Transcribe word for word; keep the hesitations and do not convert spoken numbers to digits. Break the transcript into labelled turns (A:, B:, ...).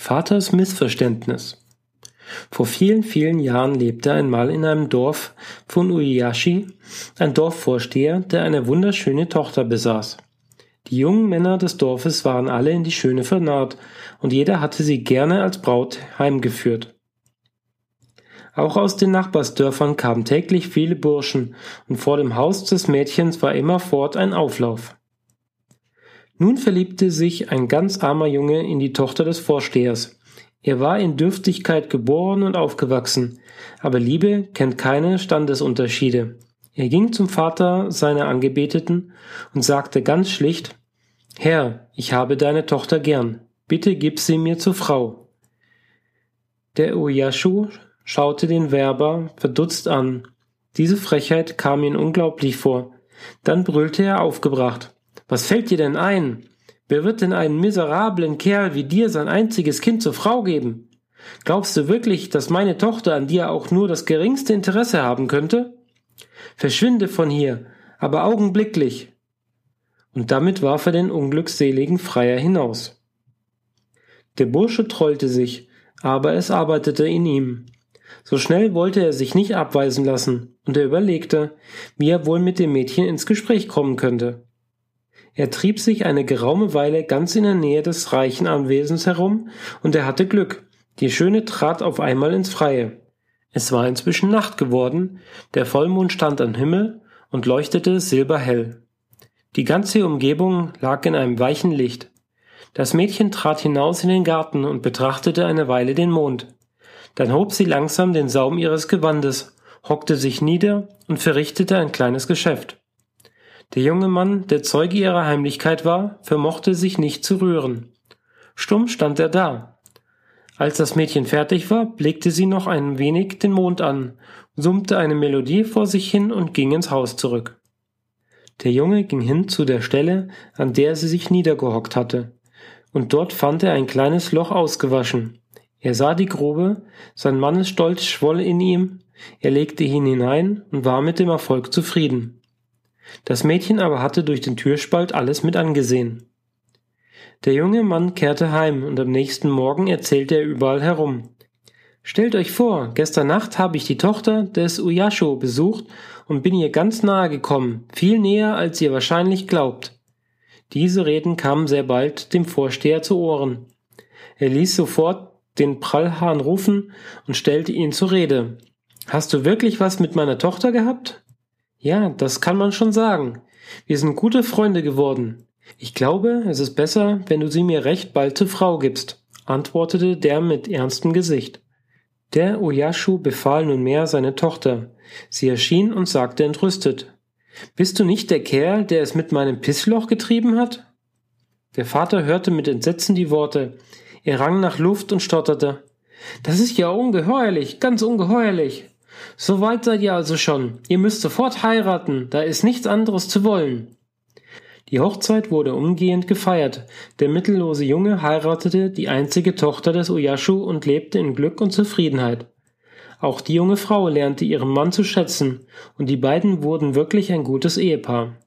A: Vaters Missverständnis. Vor vielen, vielen Jahren lebte einmal in einem Dorf von Ueyashi ein Dorfvorsteher, der eine wunderschöne Tochter besaß. Die jungen Männer des Dorfes waren alle in die Schöne vernarrt, und jeder hatte sie gerne als Braut heimgeführt. Auch aus den Nachbarsdörfern kamen täglich viele Burschen, und vor dem Haus des Mädchens war immerfort ein Auflauf. Nun verliebte sich ein ganz armer Junge in die Tochter des Vorstehers. Er war in Dürftigkeit geboren und aufgewachsen, aber Liebe kennt keine Standesunterschiede. Er ging zum Vater seiner Angebeteten und sagte ganz schlicht: »Herr, ich habe deine Tochter gern. Bitte gib sie mir zur Frau.« Der Ueyashu schaute den Werber verdutzt an. Diese Frechheit kam ihm unglaublich vor. Dann brüllte er aufgebracht: »Was fällt dir denn ein? Wer wird denn einen miserablen Kerl wie dir sein einziges Kind zur Frau geben? Glaubst du wirklich, dass meine Tochter an dir auch nur das geringste Interesse haben könnte? Verschwinde von hier, aber augenblicklich!« Und damit warf er den unglückseligen Freier hinaus. Der Bursche trollte sich, aber es arbeitete in ihm. So schnell wollte er sich nicht abweisen lassen, und er überlegte, wie er wohl mit dem Mädchen ins Gespräch kommen könnte. Er trieb sich eine geraume Weile ganz in der Nähe des reichen Anwesens herum, und er hatte Glück. Die Schöne trat auf einmal ins Freie. Es war inzwischen Nacht geworden, der Vollmond stand am Himmel und leuchtete silberhell. Die ganze Umgebung lag in einem weichen Licht. Das Mädchen trat hinaus in den Garten und betrachtete eine Weile den Mond. Dann hob sie langsam den Saum ihres Gewandes, hockte sich nieder und verrichtete ein kleines Geschäft. Der junge Mann, der Zeuge ihrer Heimlichkeit war, vermochte sich nicht zu rühren. Stumm stand er da. Als das Mädchen fertig war, blickte sie noch ein wenig den Mond an, summte eine Melodie vor sich hin und ging ins Haus zurück. Der Junge ging hin zu der Stelle, an der sie sich niedergehockt hatte, und dort fand er ein kleines Loch ausgewaschen. Er sah die Grube, sein Mannesstolz schwoll in ihm, er legte ihn hinein und war mit dem Erfolg zufrieden. Das Mädchen aber hatte durch den Türspalt alles mit angesehen. Der junge Mann kehrte heim, und am nächsten Morgen erzählte er überall herum: »Stellt euch vor, gestern Nacht habe ich die Tochter des Ueyashu besucht und bin ihr ganz nahe gekommen, viel näher, als ihr wahrscheinlich glaubt.« Diese Reden kamen sehr bald dem Vorsteher zu Ohren. Er ließ sofort den Prallhahn rufen und stellte ihn zur Rede. »Hast du wirklich was mit meiner Tochter gehabt?« »Ja, das kann man schon sagen. Wir sind gute Freunde geworden. Ich glaube, es ist besser, wenn du sie mir recht bald zur Frau gibst«, antwortete der mit ernstem Gesicht. Der Ueyashu befahl nunmehr seine Tochter. Sie erschien und sagte entrüstet: »Bist du nicht der Kerl, der es mit meinem Pissloch getrieben hat?« Der Vater hörte mit Entsetzen die Worte. Er rang nach Luft und stotterte: »Das ist ja ungeheuerlich, ganz ungeheuerlich. So weit seid ihr also schon. Ihr müsst sofort heiraten, da ist nichts anderes zu wollen.« Die Hochzeit wurde umgehend gefeiert. Der mittellose Junge heiratete die einzige Tochter des Ueyashu und lebte in Glück und Zufriedenheit. Auch die junge Frau lernte ihren Mann zu schätzen, und die beiden wurden wirklich ein gutes Ehepaar.